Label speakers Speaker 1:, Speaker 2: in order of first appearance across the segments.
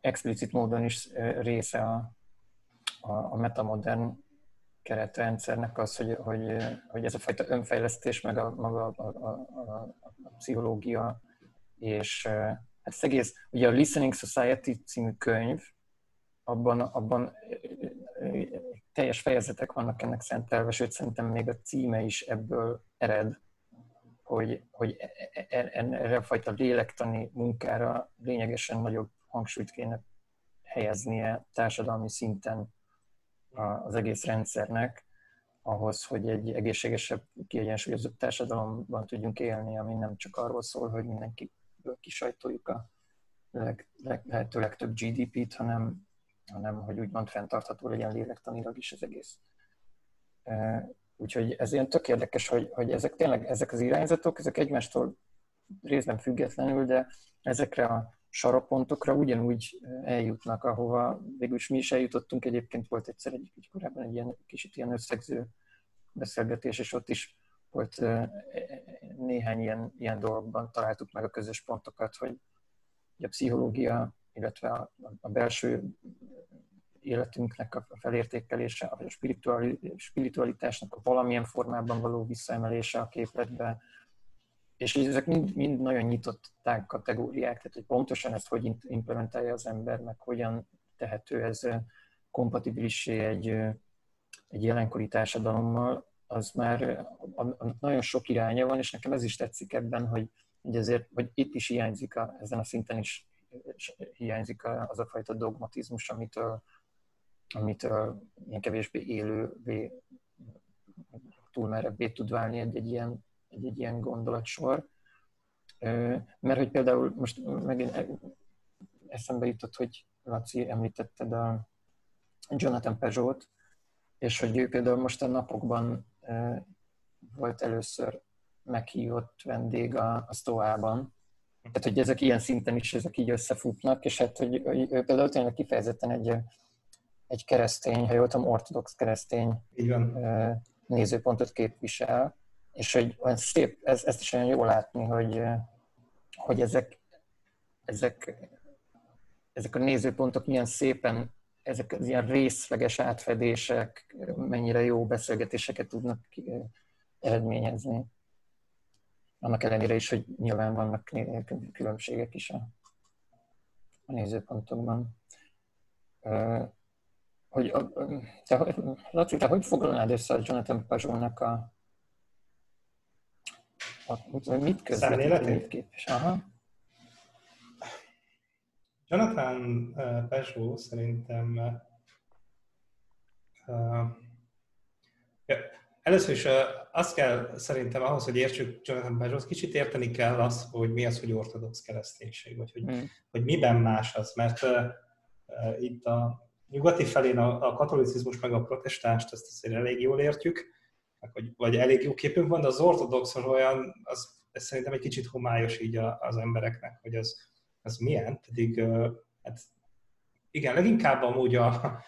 Speaker 1: explicit módon is része a metamodern keretrendszernek az, hogy ez a fajta önfejlesztés, meg maga a pszichológia, és hát az egész, ugye a Listening Society című könyv, abban teljes fejezetek vannak ennek szentelve, sőt szerintem még a címe is ebből ered, hogy erre a fajta lélektani munkára lényegesen nagyobb hangsúlyt kéne helyeznie társadalmi szinten az egész rendszernek, ahhoz, hogy egy egészségesebb, kiegyensúlyozott társadalomban tudjunk élni, ami nem csak arról szól, hogy mindenkiből kisajtoljuk a lehető legtöbb GDP-t, hanem hogy úgymond fenntartható legyen lélektanilag is az egész. Úgyhogy ez ilyen tök érdekes, hogy ezek az irányzatok, ezek egymástól részben függetlenül, de ezekre a sarokpontokra ugyanúgy eljutnak, ahova végülis mi is eljutottunk. Egyébként volt egyszer korábban egy kicsit ilyen összegző beszélgetés, és ott is volt néhány ilyen dologban találtuk meg a közös pontokat, hogy a pszichológia, illetve a belső életünknek a felértékelése, a spiritualitásnak a valamilyen formában való visszaemelése a képletbe, és ezek mind nagyon nyitott tág kategóriák, tehát hogy pontosan ezt hogy implementálja az ember, meg hogyan tehető ez kompatibilissé egy jelenkori társadalommal, az már nagyon sok iránya van, és nekem ez is tetszik ebben, hogy itt is hiányzik, ezen a szinten is hiányzik az a fajta dogmatizmus, amitől ilyen kevésbé élővé, túlmerebbé tud válni egy ilyen gondolatsor. Mert hogy például most megint eszembe jutott, hogy Laci, említetted a Jonathan Peugeot, és hogy ő például most a napokban volt először meghívott vendég a Stoában. Tehát, hogy ezek ilyen szinten is ezek így összefutnak, és hát, hogy ő például tényleg kifejezetten egy keresztény, ha jól tudom, ortodox keresztény nézőpontot képvisel, és hogy olyan szép, ezt is olyan jól látni, hogy ezek a nézőpontok milyen szépen, ezek az ilyen részleges átfedések, mennyire jó beszélgetéseket tudnak eredményezni. Annak ellenére is, hogy nyilván vannak különbségek is a nézőpontokban. Laci, te hogy foglalnád össze a Jonathan Peugeotnak mit közvetít, mit képvisel? Aha.
Speaker 2: Jonathan Peugeot szerintem először is azt kell szerintem ahhoz, hogy értsük Jonathan Peugeot, kicsit érteni kell azt, hogy mi az, hogy ortodox kereszténység, vagy hogy miben más az, mert itt a nyugati felén a katolicizmus meg a protestánst ezt azért elég jól értjük, vagy elég jó képünk van, de az ortodox olyan, ez szerintem egy kicsit homályos így az embereknek, hogy az milyen, pedig hát igen, leginkább amúgy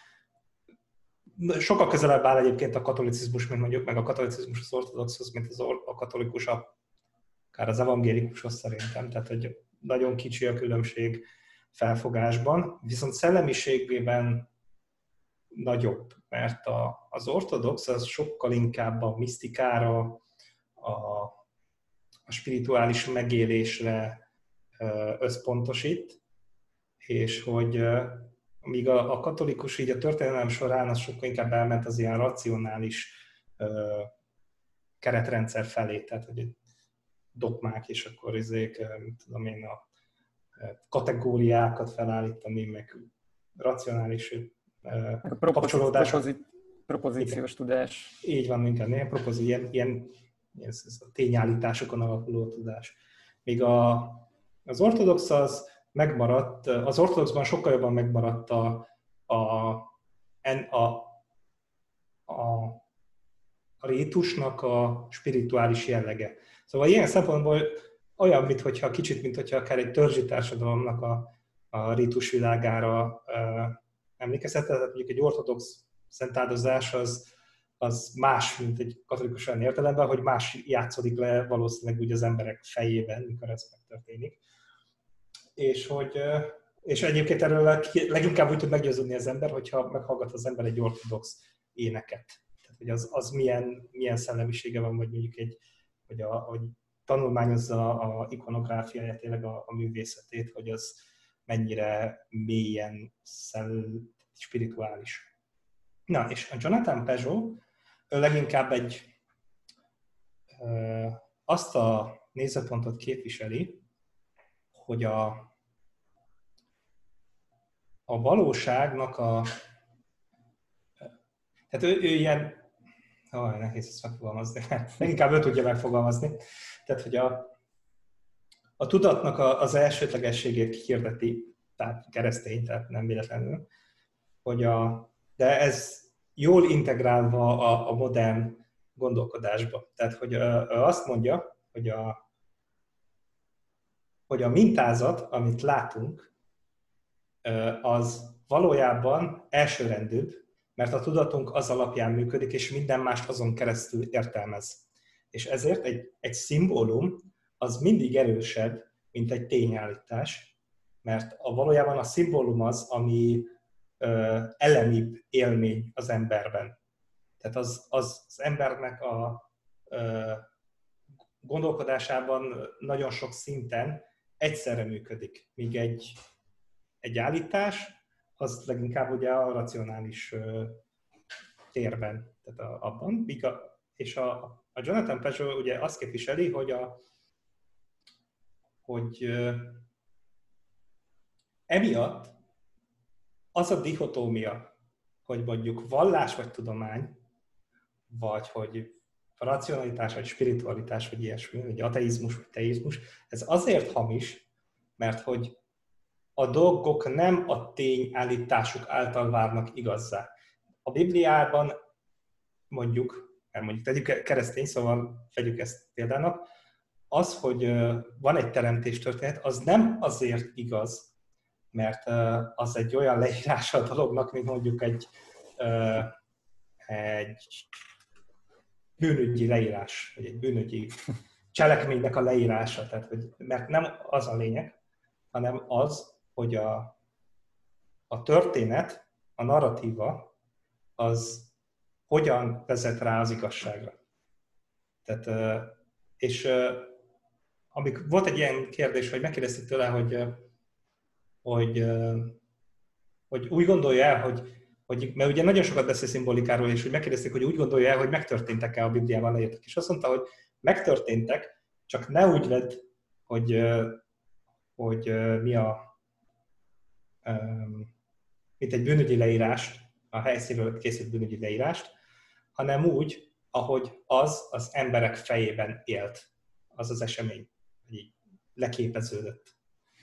Speaker 2: sokkal közelebb áll egyébként a katolicizmus, mint mondjuk meg a katolicizmus az ortodoxhoz, mint a katolikus, akár az evangélikushoz szerintem, tehát hogy nagyon kicsi a különbség felfogásban, viszont szellemiségében nagyobb, mert az ortodox az sokkal inkább a misztikára, a spirituális megélésre összpontosít, és hogy míg a katolikus így a történelem során az sokkal inkább elment az ilyen racionális keretrendszer felé, tehát hogy dogmák, és akkor tudom én, a kategóriákat felállítani, meg racionális kapcsolódás.
Speaker 1: Propozíciós tudás.
Speaker 2: Így van, inkább ilyen tényállításokon alapuló tudás. Míg az ortodox az megmaradt, az ortodoxban sokkal jobban megmaradt a rítusnak a spirituális jellege. Szóval ilyen szempontból olyan, mintha akár egy törzsi társadalomnak a rítus világára emlékeztetett, tehát mondjuk egy ortodox szentáldozás az más, mint egy katolikus olyan értelemben, hogy más játszódik le valószínűleg úgy az emberek fejében, mikor ez megtörténik. És hogy És egyébként erről leginkább úgy tud meggyőződni az ember, hogyha meghallgat az ember egy ortodox éneket. Tehát, hogy az milyen szellemisége van, vagy mondjuk hogy tanulmányozza a ikonográfiáját, tényleg a művészetét, hogy az mennyire mélyen spirituális. Na, és a Jonathan Peugeot leginkább azt a nézőpontot képviseli, hogy a valóságnak tehát ő ilyen, nehéz ezt megfogalmazni, leginkább ő tudja megfogalmazni, tehát hogy a tudatnak az elsődlegességét kihirdeti, tehát keresztény, tehát nem véletlenül, de ez jól integrálva a modern gondolkodásba. Tehát, hogy azt mondja, hogy a mintázat, amit látunk, az valójában elsőrendűbb, mert a tudatunk az alapján működik, és minden mást azon keresztül értelmez. És ezért egy szimbólum az mindig erősebb, mint egy tényállítás, mert valójában a szimbólum az, ami elemibb élmény az emberben. Tehát az embernek a gondolkodásában nagyon sok szinten egyszerre működik, míg egy állítás, az leginkább ugye a racionális térben, tehát abban. És a Jonathan Peugeot ugye azt képviseli, hogy emiatt az a dichotómia, hogy mondjuk vallás vagy tudomány, vagy hogy racionalitás vagy spiritualitás, vagy ilyesmi, vagy ateizmus vagy teizmus, ez azért hamis, mert hogy a dolgok nem a tényállításuk által válnak igazzá. A Bibliában mondjuk tegyük keresztény, szóval vegyük ezt példának, az, hogy van egy teremtés történet, az nem azért igaz, mert az egy olyan leírása a dolognak, mint mondjuk egy bűnügyi leírás, vagy egy bűnügyi cselekménynek a leírása. Tehát, mert nem az a lényeg, hanem az, hogy a történet, a narratíva, az hogyan vezet rá az igazságra. Tehát, és volt egy ilyen kérdés, hogy megkérdezték tőle, hogy úgy gondolja el, mert ugye nagyon sokat beszél szimbolikáról, és hogy megkérdezték, hogy úgy gondolja el, hogy megtörténtek-e a Bibliában leírtak. És azt mondta, hogy megtörténtek, csak ne úgy vedd, hogy mint egy bűnügyi leírást, a helyszínről készült bűnügyi leírást, hanem úgy, ahogy az emberek fejében élt, az esemény, hogy így leképeződött.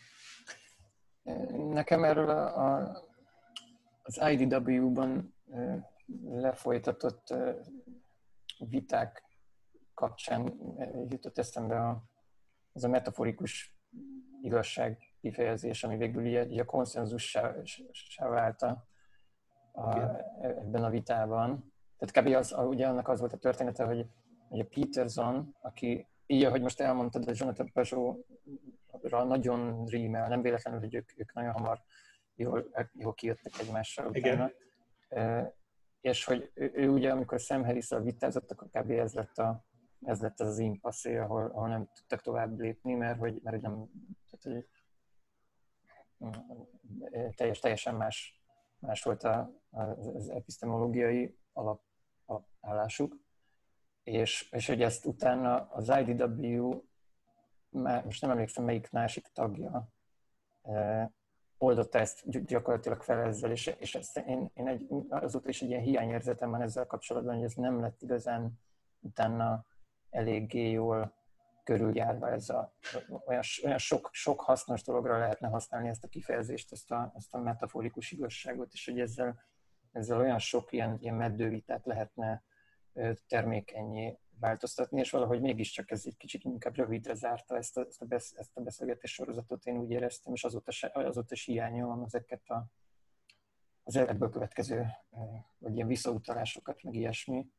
Speaker 1: Nekem erről az IDW-ban lefolytatott viták kapcsán jutott eszembe az a metaforikus igazság kifejezés, ami végül így a konszenzussá vált ebben a vitában. Tehát kb. Ugye annak az volt a története, hogy a Peterson, aki így, ahogy most elmondtad, a Jonathan Peugeot-ra nagyon rímel, nem véletlenül, hogy ők nagyon hamar jól kijöttek egymással utána. És hogy ő ugye, amikor Sam Harris-szal vitázottak, kb. Ez lett az impasszé, ahol nem tudtak tovább lépni, mert hogy nem, tehát, hogy teljesen más volt az epistemológiai alapállásuk. És hogy ezt utána az IDW, most nem emlékszem melyik másik tagja, oldotta ezt gyakorlatilag fel ezzel, és ezt én azóta is egy ilyen hiányérzetem van ezzel kapcsolatban, hogy ez nem lett igazán utána eléggé jól körüljárva. Olyan sok hasznos dologra lehetne használni ezt a kifejezést, ezt a metaforikus igazságot, és hogy ezzel olyan sok ilyen meddővitát lehetne termékennyé változtatni, és valahogy mégiscsak ez egy kicsit inkább rövidre zárta ezt a beszélgetés sorozatot, én úgy éreztem, és azóta is hiányolom ezeket az ebből következő, vagy ilyen visszautalásokat, meg ilyesmi.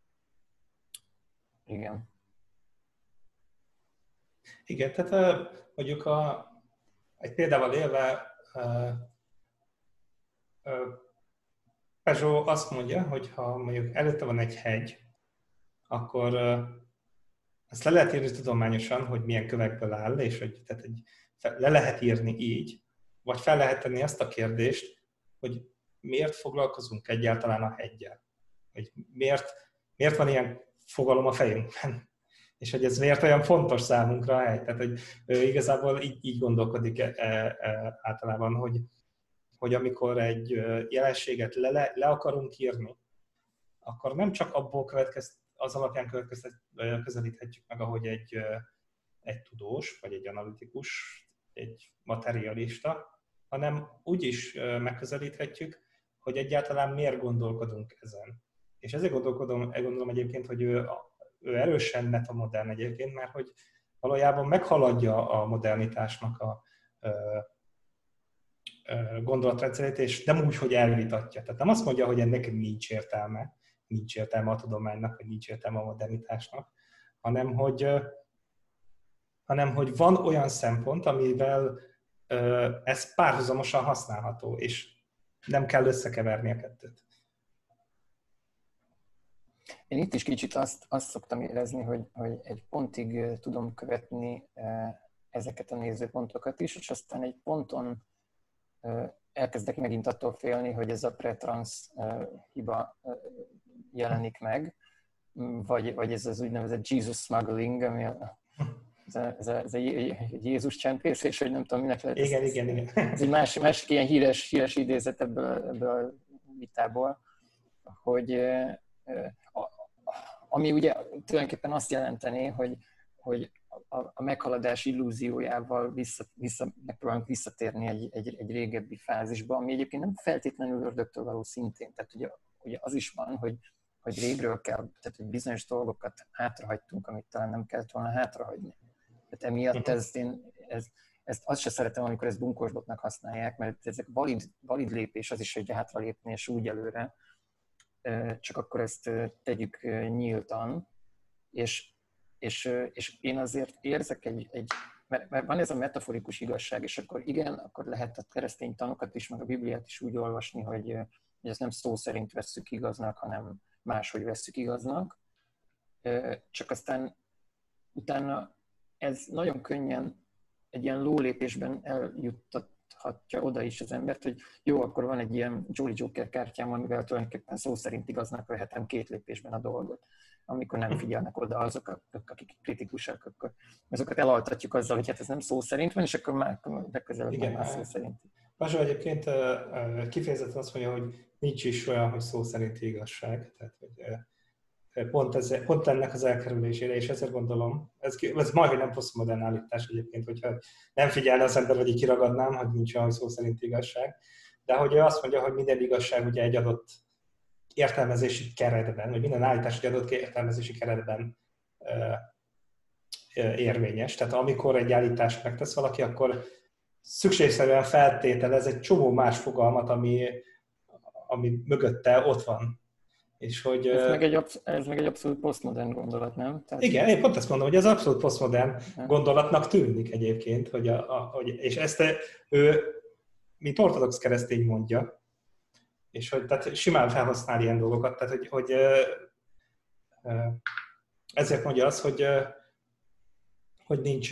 Speaker 1: Igen.
Speaker 2: Igen, tehát mondjuk egy példával élve Peugeot azt mondja, hogy ha mondjuk előtte van egy hegy, akkor ezt le lehet írni tudományosan, hogy milyen kövekből áll, és hogy le lehet írni így, vagy fel lehet tenni azt a kérdést, hogy miért foglalkozunk egyáltalán a heggyel. Hogy miért van ilyen fogalom a fejünkben. És hogy ez miért olyan fontos számunkra a hegy. Tehát, hogy igazából így gondolkodik általában, hogy amikor egy jelenséget le akarunk írni, akkor nem csak abból az alapján közelíthetjük meg, ahogy egy tudós, vagy egy analitikus, egy materialista, hanem úgy is megközelíthetjük, hogy egyáltalán miért gondolkodunk ezen. És ezért gondolom egyébként, hogy ő erősen metamodern egyébként, mert hogy valójában meghaladja a modernitásnak a gondolatrendszerét, és nem úgy, hogy elvitatja. Tehát nem azt mondja, hogy ennek nincs értelme a tudománynak, vagy nincs értelme a modernitásnak, hanem hogy van olyan szempont, amivel ez párhuzamosan használható, és nem kell összekeverni a kettőt.
Speaker 1: Én itt is kicsit azt szoktam érezni, hogy egy pontig tudom követni ezeket a nézőpontokat is, és aztán egy ponton elkezdek megint attól félni, hogy ez a pre-trans hiba jelenik meg, vagy ez az úgynevezett Jesus smuggling, ami ez a Jézus csempészés, hogy nem tudom, minek lehet.
Speaker 2: Igen.
Speaker 1: Ez egy másik ilyen híres idézet ebből a vitából, hogy ami ugye tulajdonképpen azt jelenteni, hogy a meghaladás illúziójával megpróbálunk visszatérni egy régebbi fázisba, ami egyébként nem feltétlenül ördögtől való szintén. Tehát ugye az is van, hogy régről kell, tehát hogy bizonyos dolgokat hátrahagytunk, amit talán nem kellett volna hátrahagyni. Tehát emiatt ezt azt se szeretem, amikor ezt bunkósbotnak használják, mert ezek valid lépés az is, hogy hátralépni és úgy előre, csak akkor ezt tegyük nyíltan, és én azért érzek mert van ez a metaforikus igazság, és akkor igen, akkor lehet a keresztény tanokat is, meg a Bibliát is úgy olvasni, hogy ezt nem szó szerint vesszük igaznak, hanem máshogy vesszük igaznak. Csak aztán utána ez nagyon könnyen egy ilyen lólépésben eljuttathatja oda is az embert, hogy jó, akkor van egy ilyen Jolly Joker kártyám, amivel tulajdonképpen szó szerint igaznak vehetem 2 lépésben a dolgot. Amikor nem figyelnek oda azok, akik kritikusak, akkor azokat elaltatjuk azzal, hogy hát ez nem szó szerint van, és akkor már legközelebb már szó szerint.
Speaker 2: Pazsó egyébként kifejezetten azt mondja, hogy nincs is olyan, hogy szó szerinti igazság. Tehát, hogy pont ennek az elkerülésére, és ezért gondolom, ez majdnem nem posztmodern állítás egyébként, hogyha nem figyelne az ember, vagy így kiragadnám, hogy nincs olyan, hogy szó szerinti igazság, de hogy ő azt mondja, hogy minden igazság ugye egy adott értelmezési keretben, vagy minden állítás egy adott értelmezési keretben érvényes. Tehát amikor egy állítást megtesz valaki, akkor szükségszerűen feltételez egy csomó más fogalmat, ami mögötte ott van. És hogy,
Speaker 1: ez meg egy abszolút posztmodern gondolat, nem? Tehát...
Speaker 2: Igen, én pont ezt mondom, hogy ez abszolút posztmodern gondolatnak tűnik egyébként, és ezt ő, mint ortodox keresztény mondja, és hogy tehát simán felhasznál ilyen dolgokat, tehát hogy ezért mondja azt, hogy nincs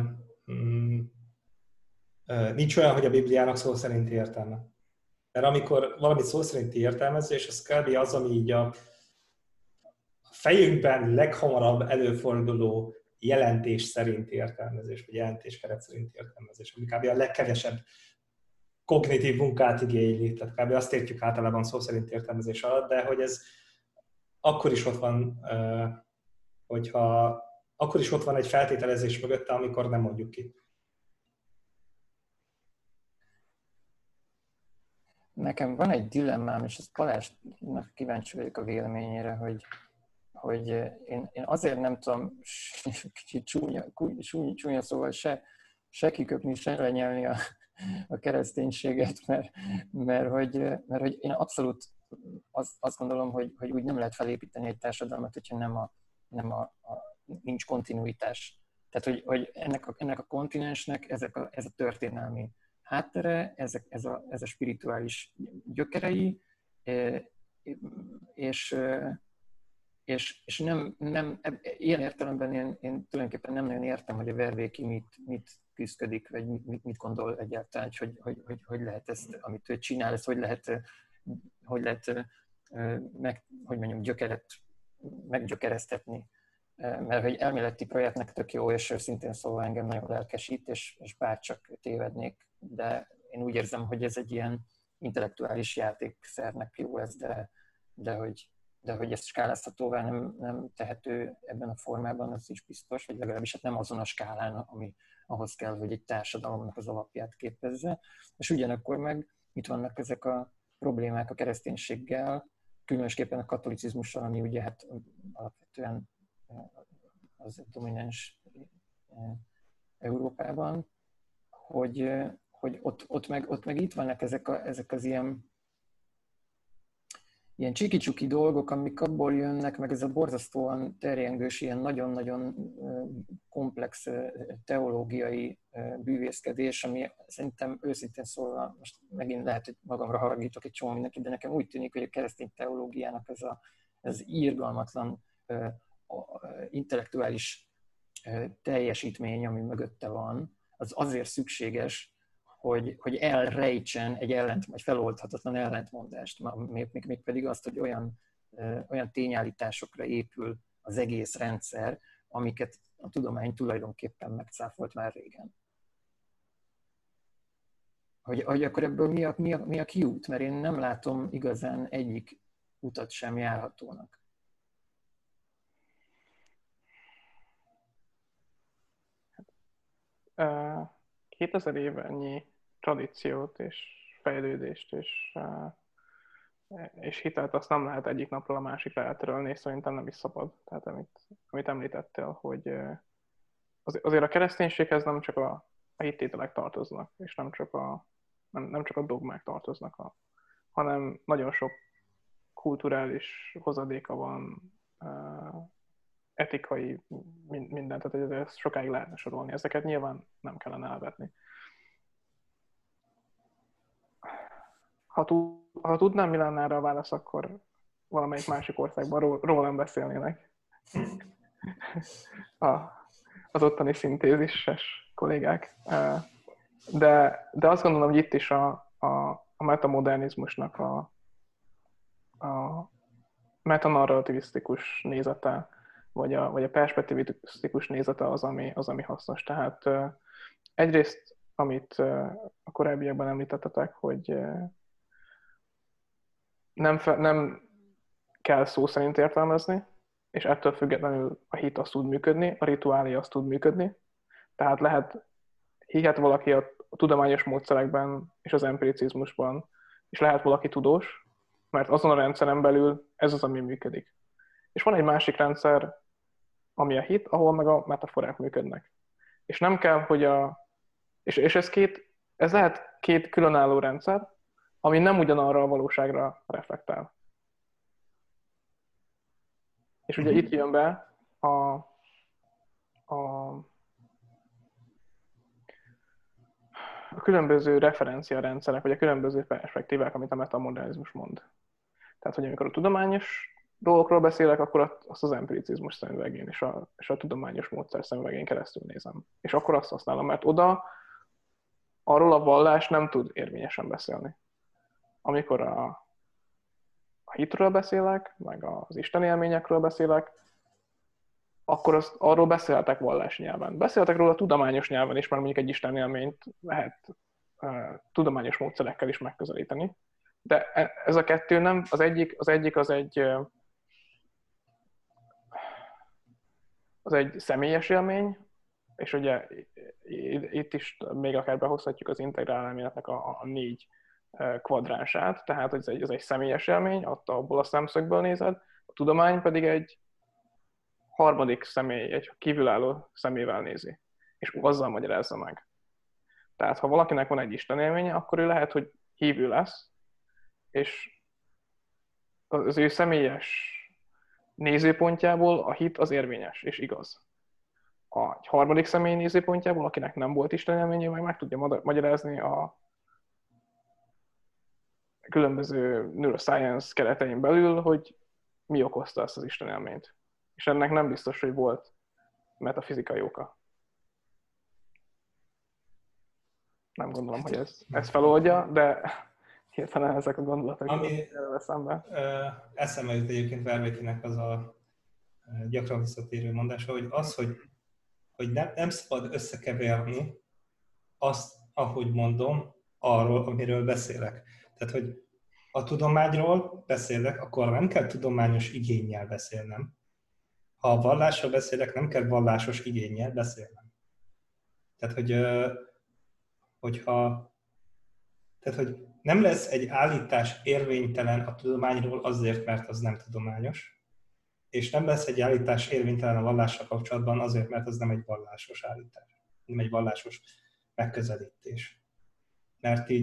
Speaker 2: olyan, hogy a Bibliának szó szerinti értelme. Mert amikor valamit szó szerinti értelmezés, az kb. Az, ami így a fejünkben leghamarabb előforduló jelentés szerinti értelmezés, vagy jelentéskeret szerinti értelmezés, ami kb. A legkevesebb kognitív munkát igényli, tehát kb. Azt értjük általában szó szerint értelmezés alatt, de hogy ez akkor is ott van, akkor is ott van egy feltételezés mögötte, amikor nem mondjuk ki.
Speaker 1: Nekem van egy dilemmám, és ezt Balázsnak kíváncsi vagyok a véleményére, hogy én azért nem tudom kicsit csúnya szóval se kiköpni, se lenyelni a kereszténységet, mert hogy én abszolút azt gondolom, hogy úgy nem lehet felépíteni egy társadalmat, hogyha nincs kontinuitás Tehát, hogy ennek a kontinensnek ez a történelmi háttere, ez a spirituális gyökerei, és nem, ilyen értelemben én tulajdonképpen nem nagyon értem, hogy a Vervéki mit küszködik, vagy mit gondol egyáltalán, hogy lehet ezt, amit ő csinál, ezt hogy lehet hogy mondjam, meggyökeresztetni. Mert hogy elméleti projektnek tök jó, és őszintén szóval engem nagyon lelkesít, és bárcsak tévednék, de én úgy érzem, hogy ez egy ilyen intellektuális játékszernek jó ez, de hogy ez skáláztatóvá nem tehető ebben a formában, az is biztos, vagy legalábbis hát nem azon a skálán, ami ahhoz kell, hogy egy társadalomnak az alapját képezze. És ugyanakkor meg itt vannak ezek a problémák a kereszténységgel, különösképpen a katolicizmussal, ami ugye hát alapvetően az domináns Európában, hogy ott meg itt vannak ezek az ilyen csiki-csuki dolgok, amik abból jönnek, meg ez a borzasztóan terjengős, ilyen nagyon-nagyon komplex teológiai bűvészkedés, ami szerintem őszintén szólva, most megint lehet, hogy magamra haragítok egy csomó mindenkit, de nekem úgy tűnik, hogy a keresztény teológiának ez irgalmatlan intellektuális teljesítmény, ami mögötte van, az azért szükséges, hogy elrejtsen egy feloldhatatlan ellentmondást, mégpedig azt, hogy olyan tényállításokra épül az egész rendszer, amiket a tudomány tulajdonképpen megcáfolt már régen. Hogy akkor ebből mi a kiút? Mert én nem látom igazán egyik utat sem járhatónak.
Speaker 3: 2000 évennyi tradíciót és fejlődést és hitelt azt nem lehet egyik napról a másikra eltörölni, és szerintem nem is szabad. Tehát amit említettél, hogy azért a kereszténységhez nem csak a hittételek tartoznak, és nem csak a dogmák tartoznak, hanem nagyon sok kulturális hozadéka van, etikai, mindent, tehát ez sokáig lehetne sorolni. Ezeket nyilván nem kellene elvetni. Ha tudnám, mi lenne erre a válasz, akkor valamelyik másik országban rólam beszélnének. Az ottani szintézises kollégák. De azt gondolom, hogy itt is a metamodernizmusnak a metanarrativisztikus nézete, vagy a perspektivisztikus nézete az, ami hasznos. Tehát egyrészt, amit a korábbiakban említettetek, hogy nem kell szó szerint értelmezni, és ettől függetlenül a hit az tud működni, a rituálé az tud működni. Tehát hihet valaki a tudományos módszerekben és az empiricizmusban, és lehet valaki tudós, mert azon a rendszeren belül ez az, ami működik. És van egy másik rendszer, ami a hit, ahol meg a metaforák működnek. És nem kell, hogy és ez lehet két különálló rendszer, ami nem ugyanarra a valóságra reflektál. És ugye itt jön be a különböző referenciarendszerek, vagy a különböző perspektívák, amit a metamodernizmus mond. Tehát, hogy amikor a tudományos dolgokról beszélek, akkor azt az empiricizmus szemüvegén és a tudományos módszer szemüvegén keresztül nézem. És akkor azt használom, mert arról a vallás nem tud érvényesen beszélni. Amikor a hitről beszélek, meg az Isten élményekről beszélek, akkor arról beszéltek vallási nyelven. Beszéltek róla tudományos nyelven is, mert mondjuk egy Isten élményt lehet tudományos módszerekkel is megközelíteni. De ez a kettő nem, az egyik egy személyes élmény, és ugye itt is még akár behozhatjuk az integrál elméletnek a 4 kvadránsát, tehát ez egy személyes élmény, abból a szemszögből nézed, a tudomány pedig egy harmadik személy, egy kívülálló szemével nézi, és azzal magyarázza meg. Tehát ha valakinek van egy Isten élménye, akkor ő lehet, hogy hívő lesz, és az ő személyes nézőpontjából a hit az érvényes és igaz. a harmadik személy nézőpontjából, akinek nem volt istenélménye, meg tudja magyarázni a különböző neuroscience keretein belül, hogy mi okozta ezt az istenélményt. És ennek nem biztos, hogy volt metafizikai oka. Nem gondolom, hogy ez feloldja, de hirtelen ezek a gondolatok erről eszembe.
Speaker 2: Eszembe jut egyébként Vervétinek az a gyakran visszatérő mondása, hogy az, hogy nem szabad összekeverni azt, ahogy mondom, arról, amiről beszélek. Tehát, hogy a tudományról beszélek, akkor nem kell tudományos igénnyel beszélnem. Ha a vallásról beszélek, nem kell vallásos igénnyel beszélnem. Tehát, hogy nem lesz egy állítás érvénytelen a tudományról azért, mert az nem tudományos, és nem lesz egy állítás érvénytelen a vallással kapcsolatban azért, mert az nem egy vallásos állítás, nem egy vallásos megközelítés. Mert így,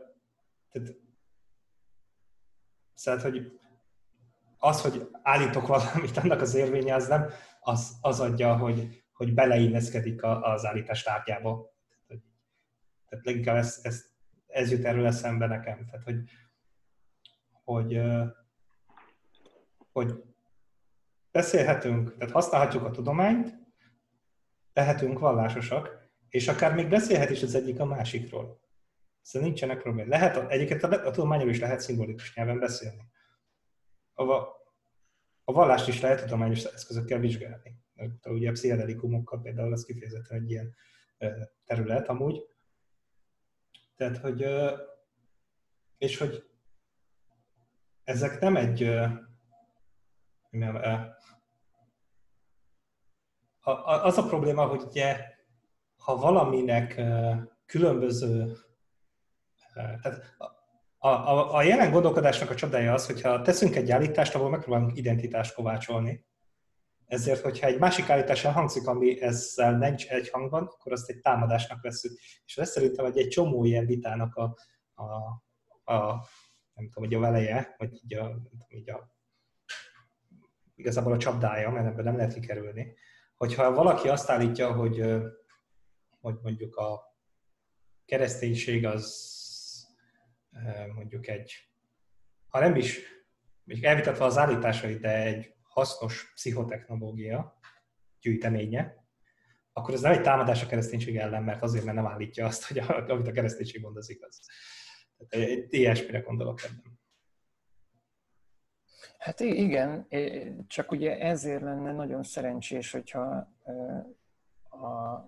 Speaker 2: tehát hogy az, hogy állítok valamit, annak az érvénye, az nem az adja, hogy beleilleszkedik az állítás tárgyába. Tehát leginkább ez jut erről eszembe nekem. Tehát, hogy beszélhetünk, tehát használhatjuk a tudományt, lehetünk vallásosak, és akár még beszélhet is az egyik a másikról. Szóval nincsenek problémák. Egyébként a tudományról is lehet szimbolikus nyelven beszélni. A vallást is lehet tudományos eszközökkel vizsgálni. Ugye a pszichedelikumokkal például az kifejezetten egy ilyen terület amúgy. Tehát, hogy ezek nem egy... Az a probléma, hogy ugye, ha valaminek különböző... Tehát a jelen gondolkodásnak a csodája az, hogyha teszünk egy állítást, ahol megpróbálunk identitást kovácsolni. Ezért, hogyha egy másik állítás elhangzik, ami ezzel nincs egy hangban, akkor azt egy támadásnak vesszük. És ez szerintem egy csomó ilyen vitának nem tudom, hogy a veleje, vagy igazából a csapdája, mert ebben nem lehet kikerülni. Hogyha valaki azt állítja, hogy mondjuk a kereszténység az mondjuk ha nem is, mondjuk elvitatva az állításait, de egy hasznos pszichotechnológia gyűjteménye, akkor ez nem egy támadás a kereszténység ellen, mert azért, mert nem állítja azt, hogy amit a kereszténység mond, az igaz. Tehát egy ilyesmire gondolok ebben.
Speaker 1: Hát igen, csak ugye ezért lenne nagyon szerencsés, hogyha a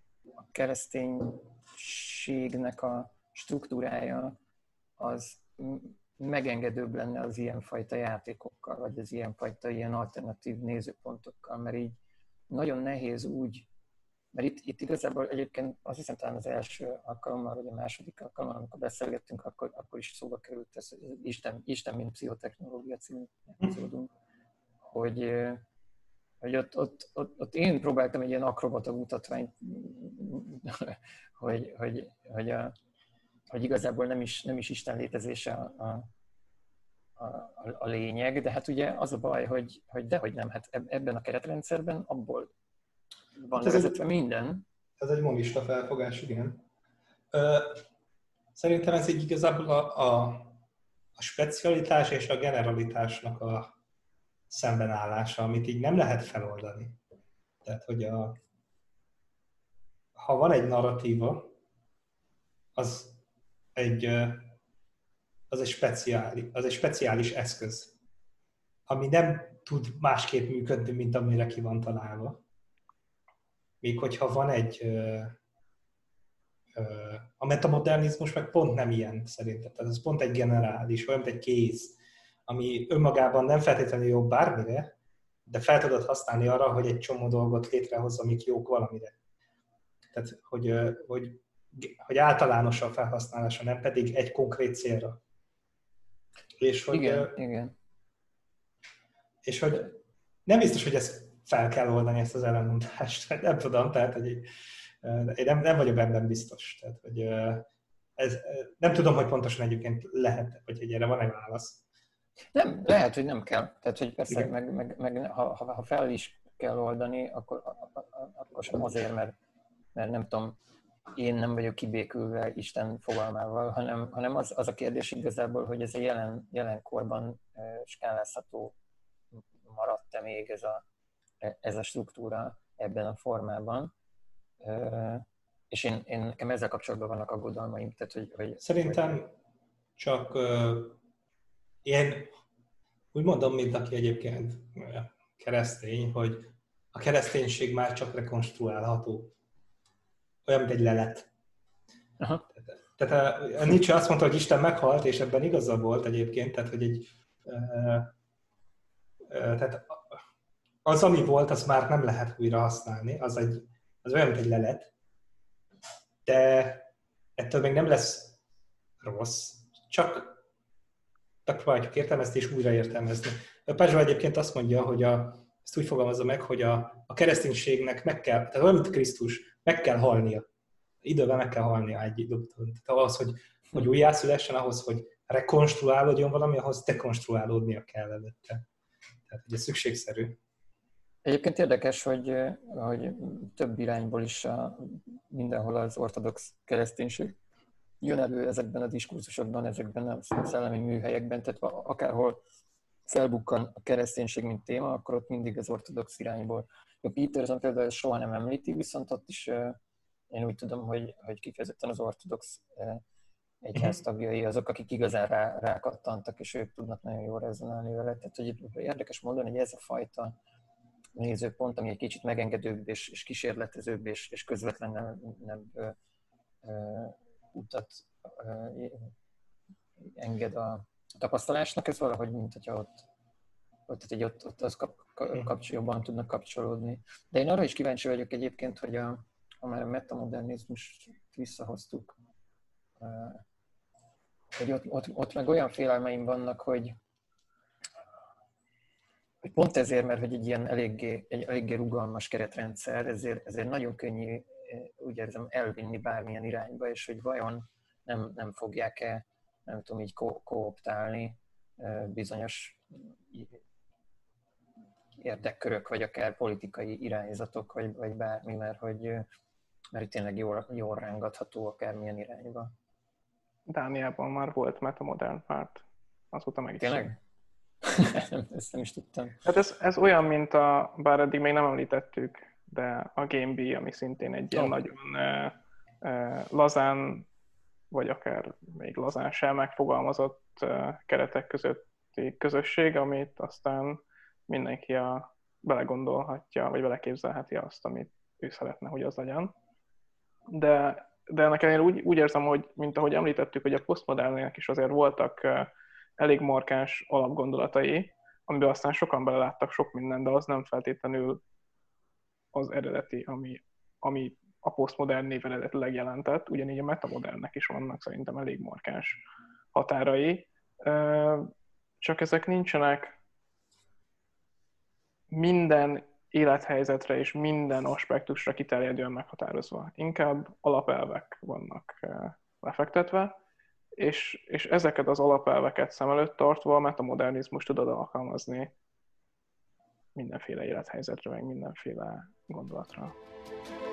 Speaker 1: kereszténységnek a struktúrája az megengedőbb lenne az ilyenfajta játékokkal, vagy az ilyenfajta ilyen alternatív nézőpontokkal, mert így nagyon nehéz úgy, mert itt igazából egyébként azt hiszem talán az első alkalommal, vagy a második alkalommal, amikor beszélgettünk, akkor is szóba került ez, Isten mint pszichotechnológia című epizódunk, hogy ott én próbáltam egy ilyen akrobata mutatványt, hogy igazából nem is Isten létezése a lényeg, de hát ugye az a baj, hogy dehogy nem, hát ebben a keretrendszerben abból van vezetve minden.
Speaker 2: Ez egy monista felfogás, igen. Szerintem ez így igazából a specialitás és a generalitásnak a szembenállása, amit így nem lehet feloldani. Tehát, hogy ha van egy narratíva, az egy speciális eszköz, ami nem tud másképp működni, mint amire ki van találva. Még hogyha van a metamodernizmus meg pont nem ilyen szerintem. Tehát ez pont egy generális, olyan, mint egy kéz, ami önmagában nem feltétlenül jó bármire, de fel tudod használni arra, hogy egy csomó dolgot létrehoz, amik jók valamire. Tehát, hogy általános a felhasználása, nem pedig egy konkrét célra. És hogy,
Speaker 1: igen.
Speaker 2: És hogy nem biztos, hogy ezt fel kell oldani, ezt az ellenmondást. Nem tudom, tehát hogy én nem vagyok ebben biztos. Tehát, hogy nem tudom, hogy pontosan egyébként lehet, vagy hogy erre van-e válasz.
Speaker 1: Nem, lehet, hogy nem kell. Tehát, hogy persze, meg ha fel is kell oldani, akkor pontosan azért, mert nem tudom, én nem vagyok kibékülve Isten fogalmával, hanem az a kérdés igazából, hogy ez a jelenkorban skálázható maradt-e még ez a struktúra ebben a formában. És én nekem ezzel kapcsolatban vannak aggodalmaim. Tehát, hogy
Speaker 2: szerintem csak én úgy mondom, mint aki egyébként keresztény, hogy a kereszténység már csak rekonstruálható. Olyan, mint egy lelet.
Speaker 1: Aha.
Speaker 2: Tehát Nietzsche azt mondta, hogy Isten meghalt, és ebben igaza volt egyébként, tehát hogy tehát az, ami volt, az már nem lehet újra használni, az olyan, mint egy lelet, de ettől még nem lesz rossz, csak próbáljuk értelmezni és újra értelmezni. Pázsó egyébként azt mondja, hogy ezt úgy fogalmazza meg, hogy a kereszténységnek meg kell, tehát olyan, mint Krisztus, meg kell halnia. Időben meg kell halnia egy időben. Tehát ahhoz, hogy újjászülessen, ahhoz, hogy rekonstruálódjon valami, ahhoz dekonstruálódnia kell előtte. Tehát ugye szükségszerű.
Speaker 1: Egyébként érdekes, hogy több irányból is mindenhol az ortodox kereszténység jön elő ezekben a diskurzusokban, ezekben a szellemi műhelyekben, tehát akárhol felbukkan a kereszténység, mint téma, akkor ott mindig az ortodox irányból. A Peterson például ezt soha nem említi, viszont ott is én úgy tudom, hogy kifejezetten az ortodox egyház tagjai azok, akik igazán rákattantak, és ők tudnak nagyon jól rezonálni vele. Tehát hogy érdekes mondani, hogy ez a fajta nézőpont, ami egy kicsit megengedőbb és kísérletezőbb és közvetlenebb utat enged a tapasztalásnak, ez valahogy, mint hogyha ott az jobban tudnak kapcsolódni. De én arra is kíváncsi vagyok egyébként, hogy ha már a metamodernizmust visszahoztuk, hogy ott meg olyan félelmeim vannak, hogy pont ezért, mert hogy egy ilyen eléggé rugalmas keretrendszer, ezért nagyon könnyű, úgy érzem, elvinni bármilyen irányba, és hogy vajon nem fogják-e, nem tudom, így kooptálni bizonyos érdekkörök, vagy akár politikai irányzatok, vagy bármi, mert itt tényleg jól rángatható akármilyen irányba.
Speaker 3: Dániában már volt metamodern párt. Azóta meg is.
Speaker 1: Tényleg? Ezt nem is tudtam.
Speaker 3: Hát ez olyan, mint bár eddig még nem említettük, de a GameB, ami szintén egy ilyen nagyon lazán, vagy akár még lazán sem megfogalmazott keretek közötti közösség, amit aztán mindenki belegondolhatja, vagy beleképzelheti azt, amit ő szeretne, hogy az legyen. De ennek ellenére úgy érzem, hogy mint ahogy említettük, hogy a posztmodernnek is azért voltak elég markáns alapgondolatai, amiben aztán sokan beleláttak sok mindent, de az nem feltétlenül az eredeti, ami a posztmodern név eredetileg jelentett. Ugyanígy a metamodernnek is vannak szerintem elég markáns határai, csak ezek nincsenek minden élethelyzetre és minden aspektusra kiterjedően meghatározva. Inkább alapelvek vannak lefektetve, és ezeket az alapelveket szem előtt tartva a metamodernizmus tudod alkalmazni mindenféle élethelyzetre, meg mindenféle gondolatra.